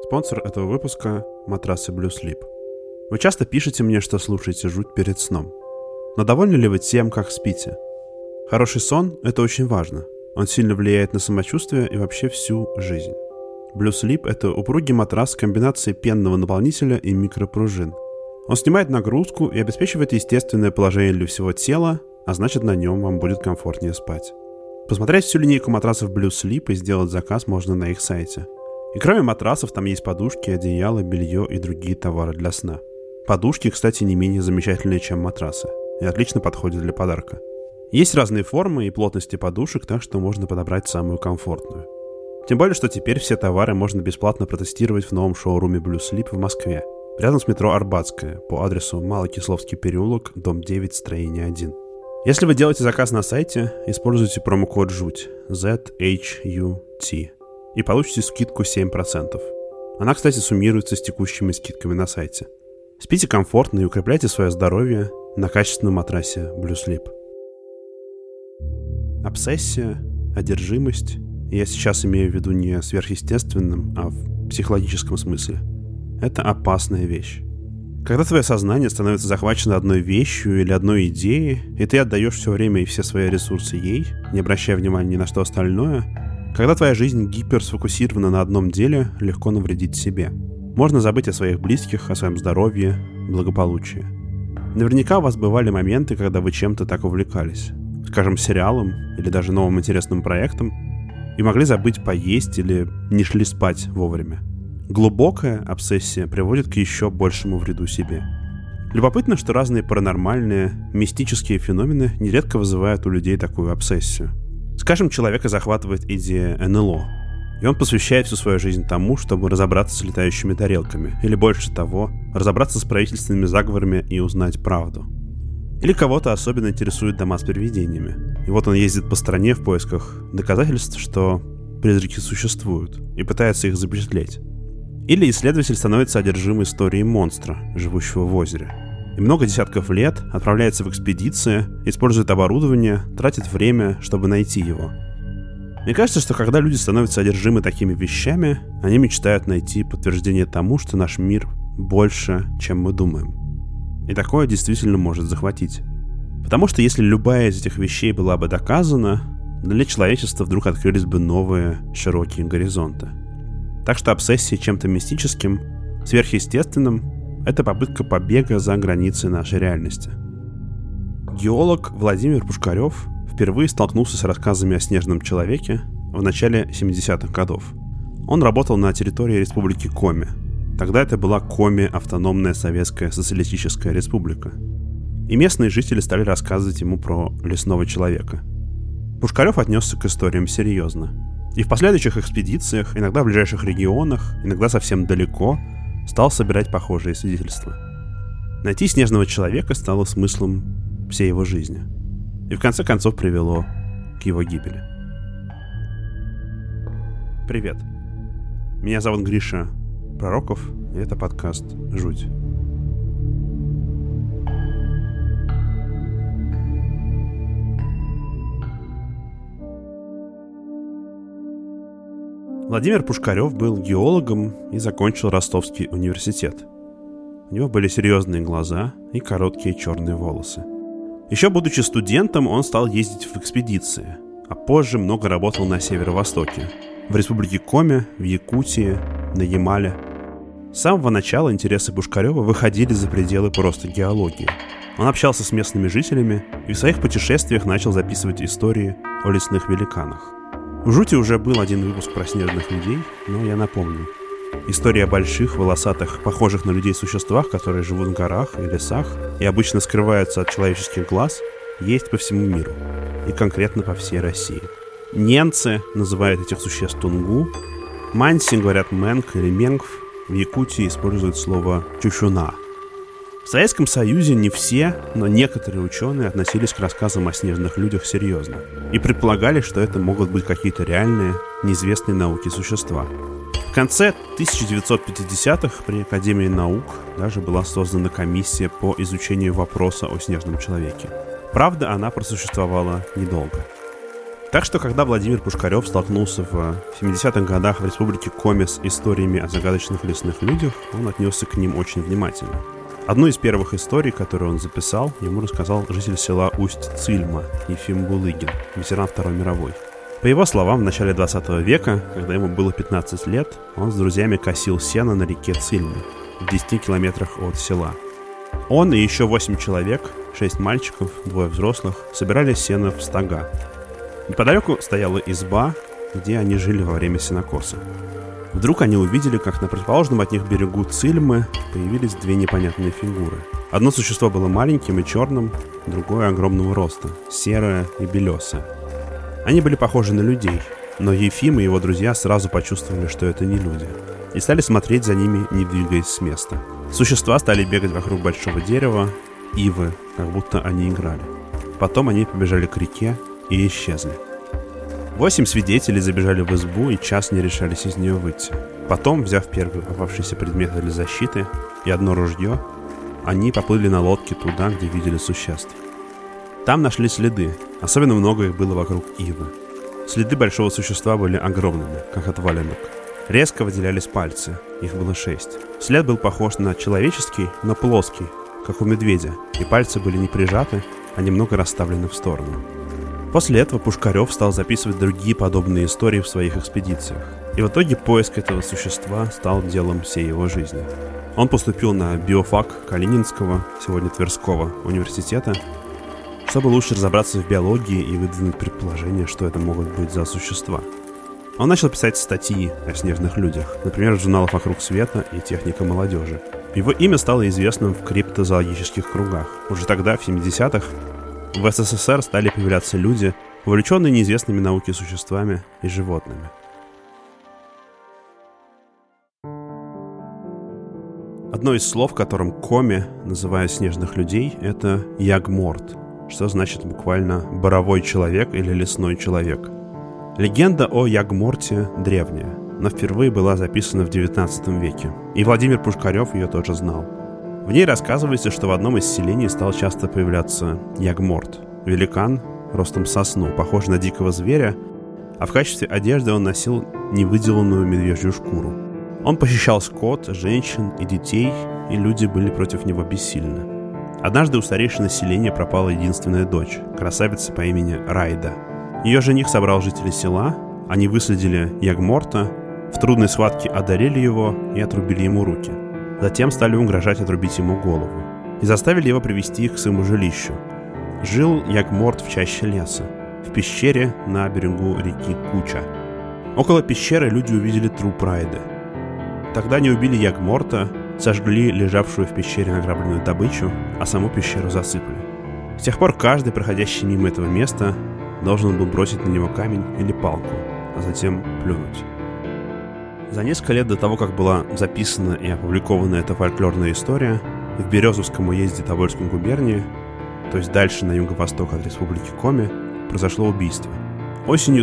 Спонсор этого выпуска – матрасы Blue Sleep. Вы часто пишете мне, что слушаете жуть перед сном. Но довольны ли вы тем, как спите? Хороший сон – это очень важно. Он сильно влияет на самочувствие и вообще всю жизнь. Blue Sleep – это упругий матрас с комбинацией пенного наполнителя и микропружин. Он снимает нагрузку и обеспечивает естественное положение для всего тела, а значит, на нем вам будет комфортнее спать. Посмотреть всю линейку матрасов Blue Sleep и сделать заказ можно на их сайте. И кроме матрасов там есть подушки, одеяла, белье и другие товары для сна. Подушки, кстати, не менее замечательные, чем матрасы, и отлично подходят для подарка. Есть разные формы и плотности подушек, так что можно подобрать самую комфортную. Тем более, что теперь все товары можно бесплатно протестировать в новом шоуруме Blue Sleep в Москве, рядом с метро Арбатская, по адресу Малокисловский переулок, дом 9, строение 1. Если вы делаете заказ на сайте, используйте промокод ЖУТь, ZHUT, и получите скидку 7%. Она, кстати, суммируется с текущими скидками на сайте. Спите комфортно и укрепляйте свое здоровье на качественном матрасе Blue Sleep. Обсессия, одержимость, я сейчас имею в виду не сверхъестественном, а в психологическом смысле, это опасная вещь. Когда твое сознание становится захвачено одной вещью или одной идеей, и ты отдаешь все время и все свои ресурсы ей, не обращая внимания ни на что остальное, когда твоя жизнь гиперсфокусирована на одном деле, легко навредить себе. Можно забыть о своих близких, о своем здоровье, благополучии. Наверняка у вас бывали моменты, когда вы чем-то так увлекались, скажем, сериалом или даже новым интересным проектом, и могли забыть поесть или не шли спать вовремя. Глубокая обсессия приводит к еще большему вреду себе. Любопытно, что разные паранормальные, мистические феномены нередко вызывают у людей такую обсессию. Скажем, человека захватывает идея НЛО, и он посвящает всю свою жизнь тому, чтобы разобраться с летающими тарелками, или больше того, разобраться с правительственными заговорами и узнать правду. Или кого-то особенно интересует дома с привидениями, и вот он ездит по стране в поисках доказательств, что призраки существуют, и пытается их запечатлеть. Или исследователь становится одержим историей монстра, живущего в озере, и много десятков лет отправляется в экспедиции, использует оборудование, тратит время, чтобы найти его. Мне кажется, что когда люди становятся одержимы такими вещами, они мечтают найти подтверждение тому, что наш мир больше, чем мы думаем. И такое действительно может захватить. Потому что если любая из этих вещей была бы доказана, для человечества вдруг открылись бы новые широкие горизонты. Так что обсессия чем-то мистическим, сверхъестественным — это попытка побега за границы нашей реальности. Геолог Владимир Пушкарев впервые столкнулся с рассказами о снежном человеке в начале 70-х годов. Он работал на территории республики Коми. Тогда это была Коми — автономная советская социалистическая республика. И местные жители стали рассказывать ему про лесного человека. Пушкарев отнесся к историям серьезно. И в последующих экспедициях, иногда в ближайших регионах, иногда совсем далеко, стал собирать похожие свидетельства. Найти снежного человека стало смыслом всей его жизни. И в конце концов привело к его гибели. Привет. Меня зовут Гриша Пророков, и это подкаст «Жуть». Владимир Пушкарев был геологом и закончил Ростовский университет. У него были серьезные глаза и короткие черные волосы. Еще будучи студентом, он стал ездить в экспедиции, а позже много работал на северо-востоке, в республике Коми, в Якутии, на Ямале. С самого начала интересы Пушкарева выходили за пределы просто геологии. Он общался с местными жителями и в своих путешествиях начал записывать истории о лесных великанах. В «Жути» уже был один выпуск про снежных людей, но я напомню. История о больших, волосатых, похожих на людей существах, которые живут в горах и лесах и обычно скрываются от человеческих глаз, есть по всему миру, и конкретно по всей России. Ненцы называют этих существ тунгу, манси говорят мэнг или менгв, в Якутии используют слово чучуна. В Советском Союзе не все, но некоторые ученые относились к рассказам о снежных людях серьезно и предполагали, что это могут быть какие-то реальные, неизвестные науке существа. В конце 1950-х при Академии наук даже была создана комиссия по изучению вопроса о снежном человеке. Правда, она просуществовала недолго. Так что, когда Владимир Пушкарев столкнулся в 70-х годах в республике Коми с историями о загадочных лесных людях, он отнесся к ним очень внимательно. Одну из первых историй, которую он записал, ему рассказал житель села Усть-Цильма Ефим Булыгин, ветеран Второй мировой. По его словам, в начале 20 века, когда ему было 15 лет, он с друзьями косил сено на реке Цильме, в 10 километрах от села. Он и еще 8 человек, 6 мальчиков, 2 взрослых, собирали сено в стога. Неподалеку стояла изба, где они жили во время сенокоса. Вдруг они увидели, как на противоположном от них берегу Цильмы появились две непонятные фигуры. Одно существо было маленьким и черным, другое огромного роста, серое и белесое. Они были похожи на людей, но Ефим и его друзья сразу почувствовали, что это не люди, и стали смотреть за ними, не двигаясь с места. Существа стали бегать вокруг большого дерева, ивы, как будто они играли. Потом они побежали к реке и исчезли. 8 свидетелей забежали в избу и час не решались из нее выйти. Потом, взяв первый попавшийся предмет для защиты и одно ружье, они поплыли на лодке туда, где видели существ. Там нашли следы, особенно много их было вокруг ивы. Следы большого существа были огромными, как от валенок. Резко выделялись пальцы, их было 6. След был похож на человеческий, но плоский, как у медведя, и пальцы были не прижаты, а немного расставлены в сторону. После этого Пушкарев стал записывать другие подобные истории в своих экспедициях. И в итоге поиск этого существа стал делом всей его жизни. Он поступил на биофак Калининского, сегодня Тверского, университета, чтобы лучше разобраться в биологии и выдвинуть предположение, что это могут быть за существа. Он начал писать статьи о снежных людях, например, в журналах «Вокруг света» и «Техника молодежи». Его имя стало известным в криптозоологических кругах. Уже тогда, в 70-х, в СССР стали появляться люди, увлеченные неизвестными науке существами и животными. Одно из слов, которым коми называют снежных людей, это ягморт, что значит буквально «боровой человек» или «лесной человек». Легенда о ягморте древняя, но впервые была записана в XIX веке, и Владимир Пушкарев ее тоже знал. В ней рассказывается, что в одном из селений стал часто появляться ягморт, великан ростом сосну, похожий на дикого зверя, а в качестве одежды он носил невыделанную медвежью шкуру. Он похищал скот, женщин и детей, и люди были против него бессильны. Однажды у старейшины селения пропала единственная дочь, красавица по имени Райда. Ее жених собрал жителей села, они выследили ягморта, в трудной схватке одарили его и отрубили ему руки. Затем стали угрожать отрубить ему голову и заставили его привести их к своему жилищу. Жил ягморт в чаще леса, в пещере на берегу реки Куча. Около пещеры люди увидели труп Райды. Тогда они убили ягморта, сожгли лежавшую в пещере награбленную добычу, а саму пещеру засыпали. С тех пор каждый, проходящий мимо этого места, должен был бросить на него камень или палку, а затем плюнуть. За несколько лет до того, как была записана и опубликована эта фольклорная история, в Березовском уезде Тобольской губернии, то есть дальше на юго-восток от республики Коми, произошло убийство. Осенью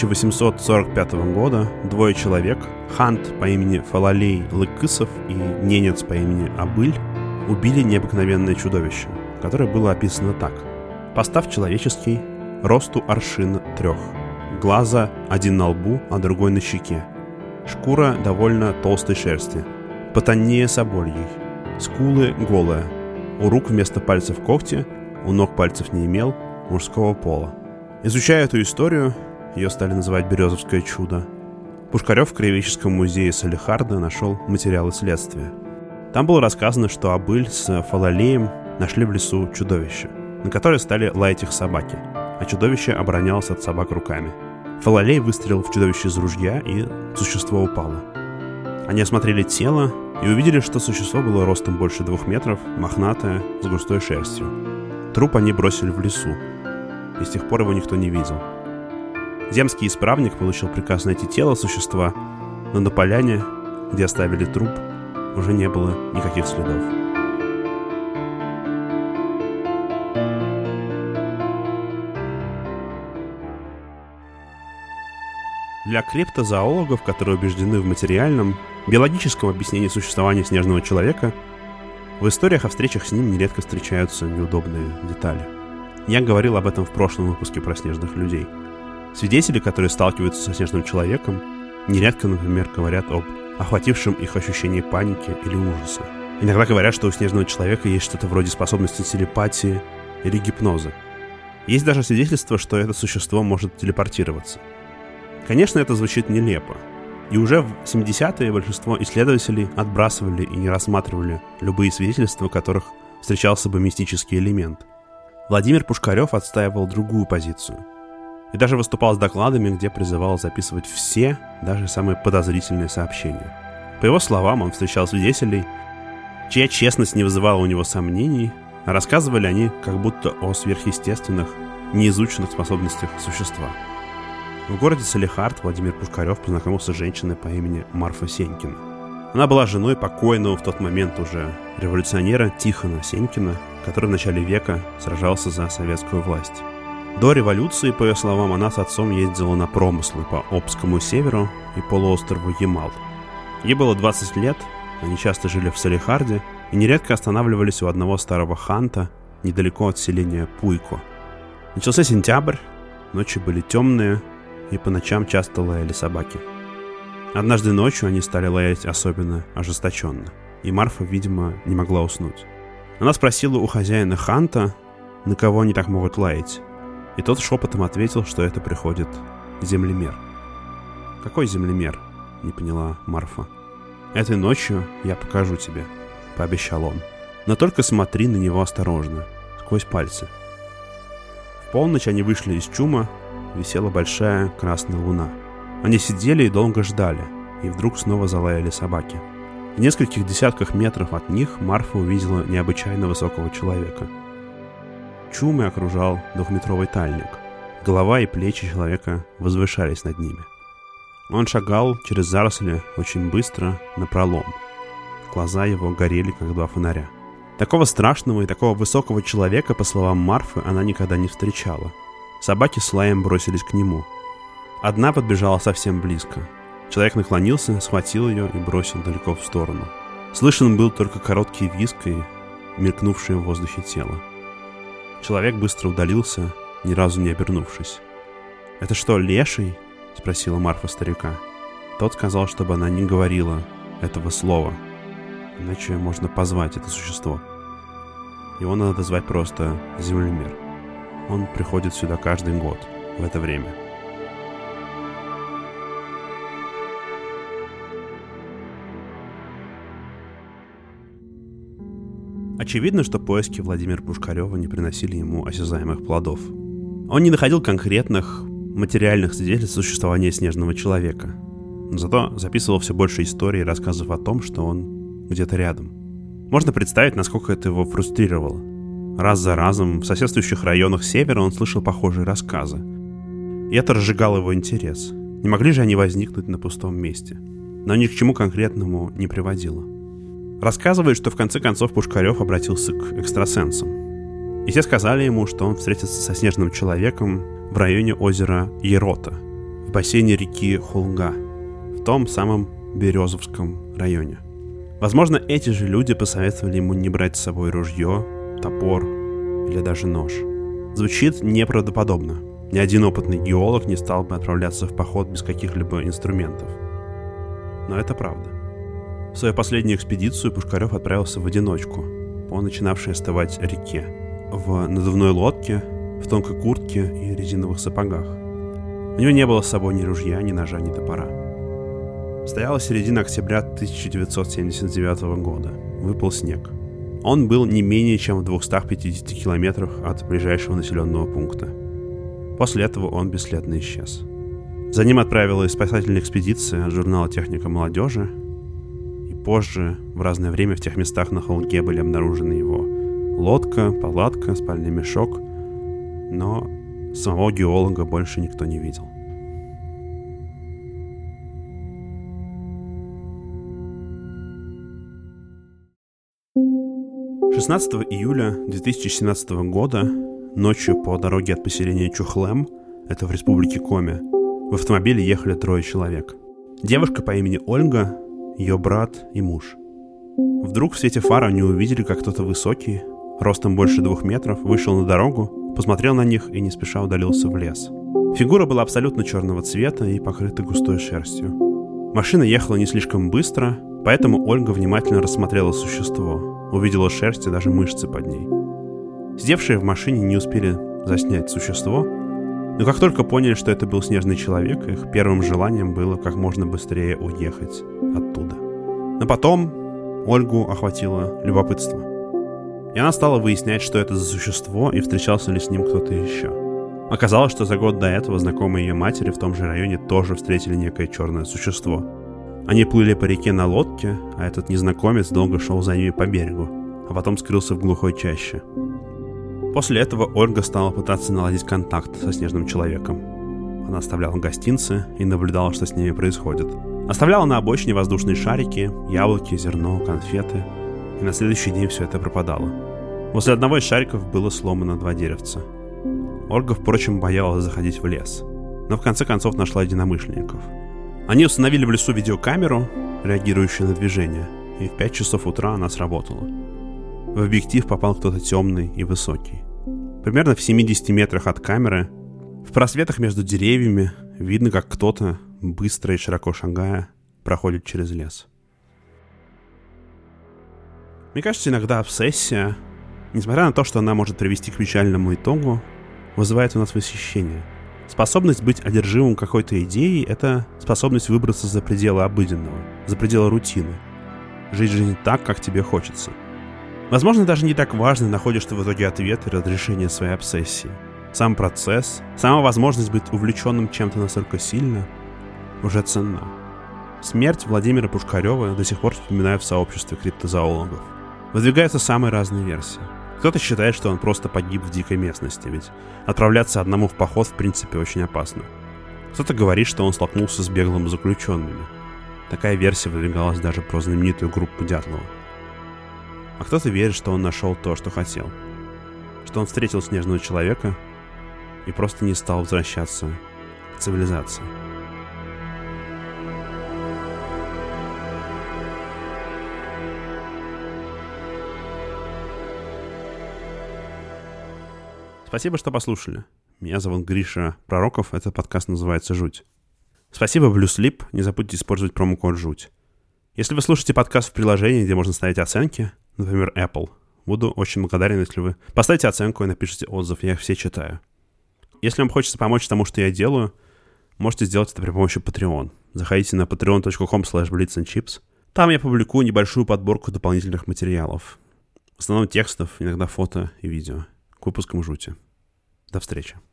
1845 года двое человек, хант по имени Фалалей Лыкысов и ненец по имени Абыль, убили необыкновенное чудовище, которое было описано так. Постав человеческий, росту аршин 3, глаза один на лбу, а другой на щеке, шкура довольно толстой шерсти, потоннее собольей, скулы голые, у рук вместо пальцев когти, у ног пальцев не имел, мужского пола. Изучая эту историю, ее стали называть «Березовское чудо», Пушкарев в Краеведческом музее Салехарда нашел материалы следствия. Там было рассказано, что Абыль с Фалалеем нашли в лесу чудовище, на которое стали лаять их собаки, а чудовище оборонялось от собак руками. Фалалей выстрелил в чудовище из ружья, и существо упало. Они осмотрели тело и увидели, что существо было ростом больше 2 метров, мохнатое, с густой шерстью. Труп они бросили в лесу, и с тех пор его никто не видел. Земский исправник получил приказ найти тело существа, но на поляне, где оставили труп, уже не было никаких следов. Для криптозоологов, которые убеждены в материальном, биологическом объяснении существования снежного человека, в историях о встречах с ним нередко встречаются неудобные детали. Я говорил об этом в прошлом выпуске про снежных людей. Свидетели, которые сталкиваются со снежным человеком, нередко, например, говорят об охватившем их ощущении паники или ужаса. Иногда говорят, что у снежного человека есть что-то вроде способности телепатии или гипноза. Есть даже свидетельство, что это существо может телепортироваться. Конечно, это звучит нелепо. И уже в 70-е большинство исследователей отбрасывали и не рассматривали любые свидетельства, в которых встречался бы мистический элемент. Владимир Пушкарев отстаивал другую позицию. И даже выступал с докладами, где призывал записывать все, даже самые подозрительные сообщения. По его словам, он встречал свидетелей, чья честность не вызывала у него сомнений, а рассказывали они как будто о сверхъестественных, неизученных способностях существа. В городе Салехард Владимир Пушкарев познакомился с женщиной по имени Марфа Сенькина. Она была женой покойного в тот момент уже революционера Тихона Сенькина, который в начале века сражался за советскую власть. До революции, по ее словам, она с отцом ездила на промыслы по Обскому северу и полуострову Ямал. Ей было 20 лет, они часто жили в Салехарде и нередко останавливались у одного старого ханта недалеко от селения Пуйко. Начался сентябрь, ночи были темные, и по ночам часто лаяли собаки. Однажды ночью они стали лаять особенно ожесточенно, и Марфа, видимо, не могла уснуть. Она спросила у хозяина ханта, на кого они так могут лаять, и тот шепотом ответил, что это приходит землемер. «Какой землемер?» — не поняла Марфа. «Этой ночью я покажу тебе», — пообещал он. «Но только смотри на него осторожно, сквозь пальцы». В полночь они вышли из чума, висела большая красная луна. Они сидели и долго ждали, и вдруг снова залаяли собаки. В нескольких десятках метров от них Марфа увидела необычайно высокого человека. Чумы окружал двухметровый тальник. Голова и плечи человека возвышались над ними. Он шагал через заросли очень быстро, напролом. Глаза его горели, как два фонаря. Такого страшного и такого высокого человека, по словам Марфы, она никогда не встречала. Собаки с лаем бросились к нему. Одна подбежала совсем близко. Человек наклонился, схватил ее и бросил далеко в сторону. Слышен был только короткий визг и мелькнувшее в воздухе тело. Человек быстро удалился, ни разу не обернувшись. «Это что, леший?» — спросила Марфа старика. Тот сказал, чтобы она не говорила этого слова, иначе можно позвать это существо. Его надо звать просто землемер. Он приходит сюда каждый год в это время. Очевидно, что поиски Владимира Пушкарева не приносили ему осязаемых плодов. Он не находил конкретных материальных свидетельств существования снежного человека, но зато записывал все больше историй и рассказов о том, что он где-то рядом. Можно представить, насколько это его фрустрировало. Раз за разом в соседствующих районах севера он слышал похожие рассказы. И это разжигало его интерес. Не могли же они возникнуть на пустом месте. Но ни к чему конкретному не приводило. Рассказывают, что в конце концов Пушкарев обратился к экстрасенсам. И те сказали ему, что он встретится со снежным человеком в районе озера Ерота, в бассейне реки Хулга, в том самом Березовском районе. Возможно, эти же люди посоветовали ему не брать с собой ружье, топор или даже нож. Звучит неправдоподобно. Ни один опытный геолог не стал бы отправляться в поход без каких-либо инструментов. Но это правда. В свою последнюю экспедицию Пушкарев отправился в одиночку по начинавшей остывать реке, в надувной лодке, в тонкой куртке и резиновых сапогах. У него не было с собой ни ружья, ни ножа, ни топора. Стояла середина октября 1979 года. Выпал снег. Он был не менее чем в 250 километрах от ближайшего населенного пункта. После этого он бесследно исчез. За ним отправилась спасательная экспедиция от журнала «Техника молодежи», и позже, в разное время, в тех местах на Холге были обнаружены его лодка, палатка, спальный мешок, но самого геолога больше никто не видел. — 16 июля 2017 года ночью по дороге от поселения Чухлем, это в республике Коми, в автомобиле ехали 3 человек. Девушка по имени Ольга, ее брат и муж. Вдруг в свете фар они увидели, как кто-то высокий, ростом больше 2 метров, вышел на дорогу, посмотрел на них и не спеша удалился в лес. Фигура была абсолютно черного цвета и покрыта густой шерстью. Машина ехала не слишком быстро, поэтому Ольга внимательно рассмотрела существо, увидела шерсть и даже мышцы под ней. Сидевшие в машине не успели заснять существо, но как только поняли, что это был снежный человек, их первым желанием было как можно быстрее уехать оттуда. Но потом Ольгу охватило любопытство. И она стала выяснять, что это за существо и встречался ли с ним кто-то еще. Оказалось, что за год до этого знакомые ее матери в том же районе тоже встретили некое черное существо. Они плыли по реке на лодке, а этот незнакомец долго шел за ними по берегу, а потом скрылся в глухой чаще. После этого Ольга стала пытаться наладить контакт со снежным человеком. Она оставляла гостинцы и наблюдала, что с ними происходит. Оставляла на обочине воздушные шарики, яблоки, зерно, конфеты. И на следующий день все это пропадало. Возле одного из шариков было сломано 2 деревца. Ольга, впрочем, боялась заходить в лес, но в конце концов нашла единомышленников. Они установили в лесу видеокамеру, реагирующую на движение, и в 5 часов утра она сработала. В объектив попал кто-то темный и высокий. Примерно в 70 метрах от камеры, в просветах между деревьями, видно, как кто-то, быстро и широко шагая, проходит через лес. Мне кажется, иногда обсессия, несмотря на то, что она может привести к печальному итогу, вызывает у нас восхищение. Способность быть одержимым какой-то идеей — это способность выбраться за пределы обыденного, за пределы рутины. Жить жизнь так, как тебе хочется. Возможно, даже не так важно, находишь ты в итоге ответ и разрешение своей обсессии. Сам процесс, сама возможность быть увлеченным чем-то настолько сильно уже ценна. Смерть Владимира Пушкарева до сих пор вспоминаю в сообществе криптозоологов. Выдвигаются самые разные версии. Кто-то считает, что он просто погиб в дикой местности, ведь отправляться одному в поход в принципе очень опасно. Кто-то говорит, что он столкнулся с беглыми заключенными. Такая версия выдвигалась даже про знаменитую группу Дятлова. А кто-то верит, что он нашел то, что хотел. Что он встретил снежного человека и просто не стал возвращаться к цивилизации. Спасибо, что послушали. Меня зовут Гриша Пророков, этот подкаст называется «Жуть». Спасибо Blue Sleep, не забудьте использовать промокод «Жуть». Если вы слушаете подкаст в приложении, где можно ставить оценки, например, Apple, буду очень благодарен, если вы поставите оценку и напишите отзыв, я их все читаю. Если вам хочется помочь тому, что я делаю, можете сделать это при помощи Patreon. Заходите на patreon.com/blitzandchips. Там я публикую небольшую подборку дополнительных материалов. В основном текстов, иногда фото и видео. К выпускам «Жути». До встречи.